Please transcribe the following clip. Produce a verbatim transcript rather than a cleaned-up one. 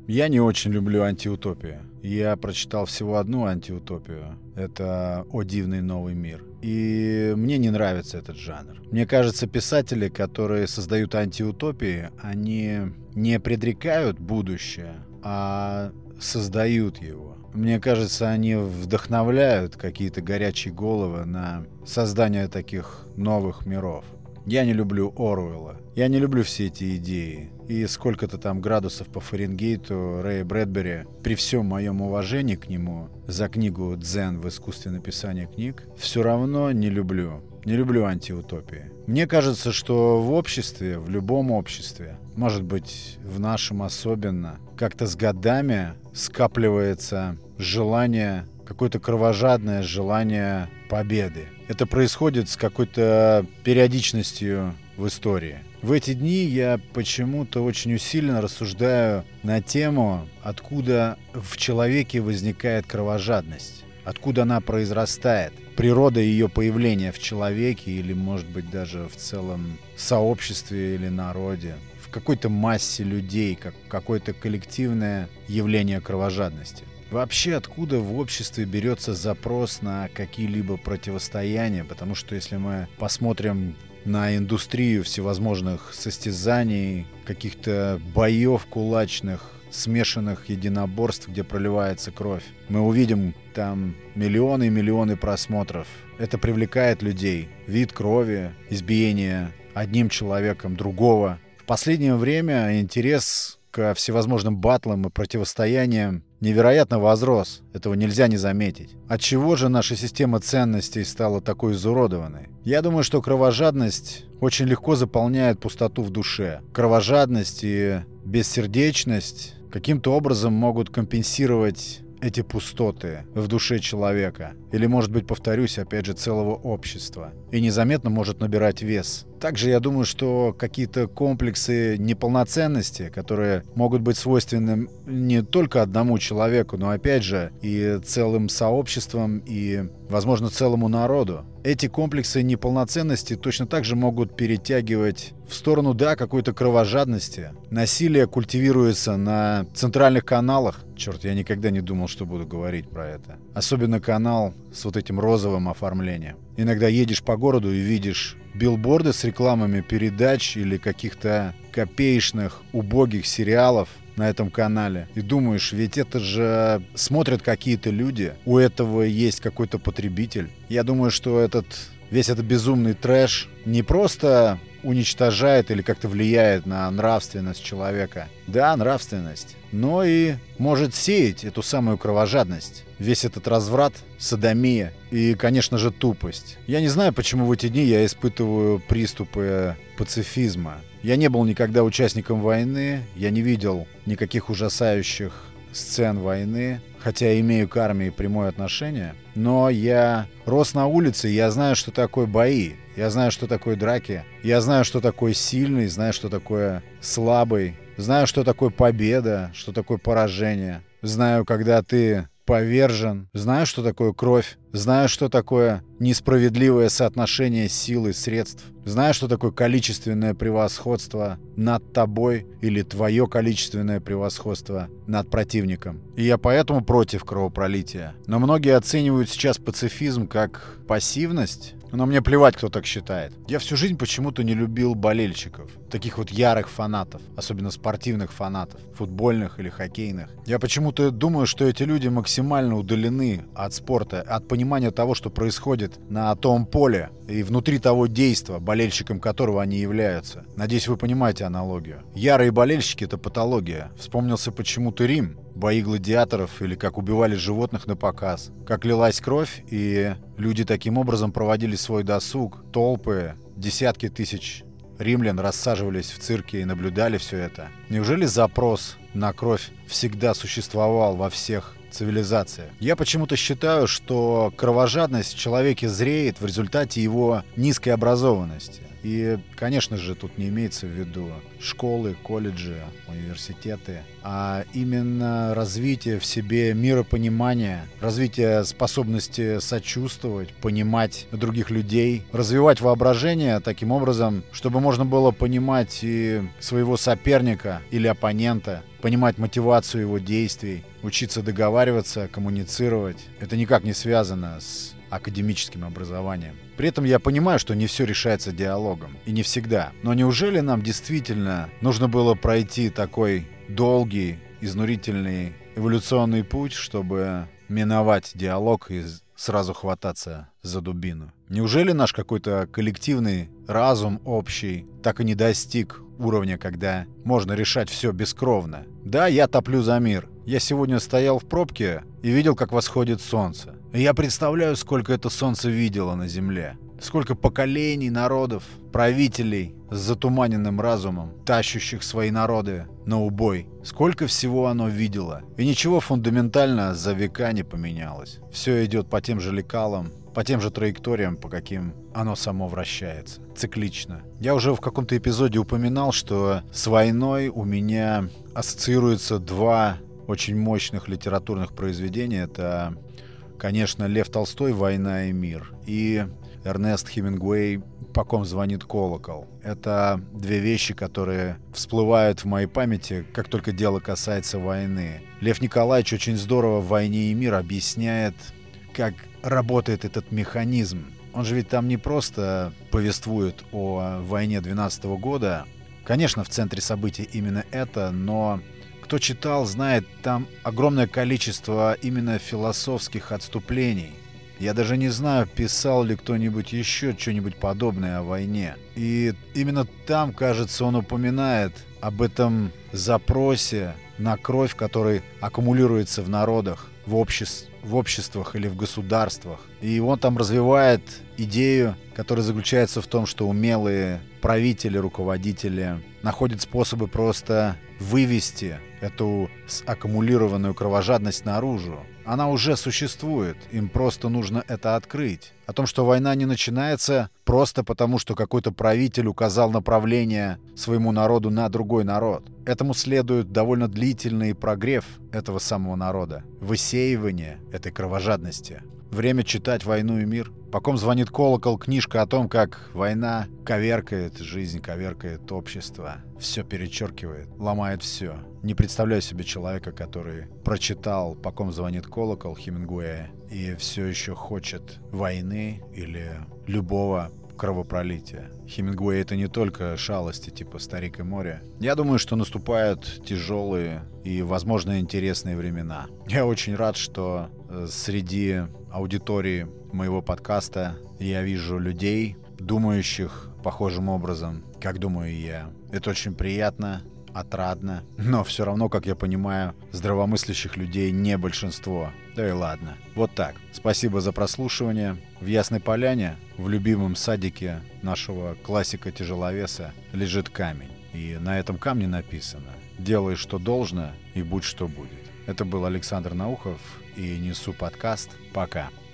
Я не очень люблю антиутопию. Я прочитал всего одну антиутопию. Это «О дивный новый мир». И мне не нравится этот жанр. Мне кажется, писатели, которые создают антиутопии, они не предрекают будущее, а создают его. Мне кажется, они вдохновляют какие-то горячие головы на создание таких новых миров. Я не люблю Оруэлла. Я не люблю все эти идеи. И сколько-то там градусов по Фаренгейту Рэя Брэдбери, при всем моем уважении к нему за книгу «Дзен в искусстве написания книг», все равно не люблю. Не люблю антиутопии. Мне кажется, что в обществе, в любом обществе, может быть, в нашем особенно, как-то с годами скапливается желание, какое-то кровожадное желание победы. Это происходит с какой-то периодичностью в истории. В эти дни я почему-то очень усиленно рассуждаю на тему, откуда в человеке возникает кровожадность, откуда она произрастает, природа ее появления в человеке или, может быть, даже в целом сообществе или народе, в какой-то массе людей, как какое-то коллективное явление кровожадности. Вообще, откуда в обществе берется запрос на какие-либо противостояния? Потому что если мы посмотрим на индустрию всевозможных состязаний, каких-то боев кулачных, смешанных единоборств, где проливается кровь, мы увидим там миллионы и миллионы просмотров. Это привлекает людей. Вид крови, избиение одним человеком другого. В последнее время интерес к всевозможным баттлам и противостояниям невероятно возрос. Этого нельзя не заметить. Отчего же наша система ценностей стала такой изуродованной? Я думаю, что кровожадность очень легко заполняет пустоту в душе. Кровожадность и бессердечность каким-то образом могут компенсировать эти пустоты в душе человека. Или, может быть, повторюсь, опять же, целого общества. И незаметно может набирать вес. Также я думаю, что какие-то комплексы неполноценности, которые могут быть свойственны не только одному человеку, но, опять же, и целым сообществам, и, возможно, целому народу. Эти комплексы неполноценности точно так же могут перетягивать в сторону, да, какой-то кровожадности. Насилие культивируется на центральных каналах. Черт, я никогда не думал, что буду говорить про это. Особенно канал с вот этим розовым оформлением. Иногда едешь по городу и видишь билборды с рекламами передач или каких-то копеечных, убогих сериалов на этом канале. И думаешь, ведь это же смотрят какие-то люди, у этого есть какой-то потребитель. Я думаю, что этот, весь этот безумный трэш не просто уничтожает или как-то влияет на нравственность человека. Да, нравственность. Но и может сеять эту самую кровожадность. Весь этот разврат, содомия и, конечно же, тупость. Я не знаю, почему в эти дни я испытываю приступы пацифизма. Я не был никогда участником войны, я не видел никаких ужасающих сцен войны, хотя имею к армии прямое отношение. Но я рос на улице, и я знаю, что такое бои. Я знаю, что такое драки. Я знаю, что такое сильный, знаю, что такое слабый. Знаю, что такое победа, что такое поражение. Знаю, когда ты повержен. Знаю, что такое кровь. Знаю, что такое несправедливое соотношение сил и средств. Знаю, что такое количественное превосходство над тобой или твое количественное превосходство над противником. И я поэтому против кровопролития. Но многие оценивают сейчас пацифизм как пассивность. Но мне плевать, кто так считает. Я всю жизнь почему-то не любил болельщиков. Таких вот ярых фанатов. Особенно спортивных фанатов. Футбольных или хоккейных. Я почему-то думаю, что эти люди максимально удалены от спорта. От понимания того, что происходит на том поле. И внутри того действа, болельщиком которого они являются. Надеюсь, вы понимаете аналогию. Ярые болельщики — это патология. Вспомнился почему-то Рим. Бои гладиаторов или как убивали животных на показ. Как лилась кровь, и люди таким образом проводили свой досуг. Толпы, десятки тысяч римлян рассаживались в цирке и наблюдали все это. Неужели запрос на кровь всегда существовал во всех цивилизация. Я почему-то считаю, что кровожадность в человеке зреет в результате его низкой образованности. И, конечно же, тут не имеется в виду школы, колледжи, университеты, а именно развитие в себе миропонимания, развитие способности сочувствовать, понимать других людей, развивать воображение таким образом, чтобы можно было понимать и своего соперника или оппонента, понимать мотивацию его действий, учиться договариваться, коммуницировать. Это никак не связано с академическим образованием. При этом я понимаю, что не все решается диалогом. И не всегда. Но неужели нам действительно нужно было пройти такой долгий, изнурительный эволюционный путь, чтобы миновать диалог и сразу хвататься за дубину? Неужели наш какой-то коллективный разум общий так и не достиг уровня, когда можно решать все бескровно? Да, я топлю за мир. Я сегодня стоял в пробке и видел, как восходит солнце. И я представляю, сколько это солнце видело на Земле. Сколько поколений, народов, правителей с затуманенным разумом, тащущих свои народы на убой. Сколько всего оно видело. И ничего фундаментально за века не поменялось. Все идет по тем же лекалам, по тем же траекториям, по каким оно само вращается. Циклично. Я уже в каком-то эпизоде упоминал, что с войной у меня ассоциируются два очень мощных литературных произведения. Это, конечно, Лев Толстой «Война и мир» и Эрнест Хемингуэй «По ком звонит колокол». Это две вещи, которые всплывают в моей памяти, как только дело касается войны. Лев Николаевич очень здорово в «Войне и мир» объясняет, как работает этот механизм. Он же ведь там не просто повествует о войне двенадцатого года. Конечно, в центре событий именно это, но кто читал, знает, там огромное количество именно философских отступлений. Я даже не знаю, писал ли кто-нибудь еще что-нибудь подобное о войне. И именно там, кажется, он упоминает об этом запросе на кровь, который аккумулируется в народах, в, обществ, в обществах или в государствах. И он там развивает идею, которая заключается в том, что умелые правители, руководители находят способы просто вывести эту аккумулированную кровожадность наружу. Она уже существует, им просто нужно это открыть. О том, что война не начинается просто потому, что какой-то правитель указал направление своему народу на другой народ. Этому следует довольно длительный прогрев этого самого народа, высеивание этой кровожадности. Время читать «Войну и мир». «По ком звонит колокол» — книжка о том, как война коверкает жизнь, коверкает общество. Все перечеркивает, ломает все. Не представляю себе человека, который прочитал «По ком звонит колокол» Хемингуэя и все еще хочет войны или любого кровопролития. Хемингуэй — это не только шалости типа «Старик и море». Я думаю, что наступают тяжелые и, возможно, интересные времена. Я очень рад, что среди аудитории моего подкаста я вижу людей, думающих похожим образом, как думаю я. Это очень приятно, отрадно, но все равно, как я понимаю, здравомыслящих людей не большинство. Да и ладно. Вот так. Спасибо за прослушивание. В Ясной Поляне, в любимом садике нашего классика-тяжеловеса, лежит камень. И на этом камне написано: «Делай, что должно, и будь, что будет». Это был Александр Наухов и Несу подкаст. Пока.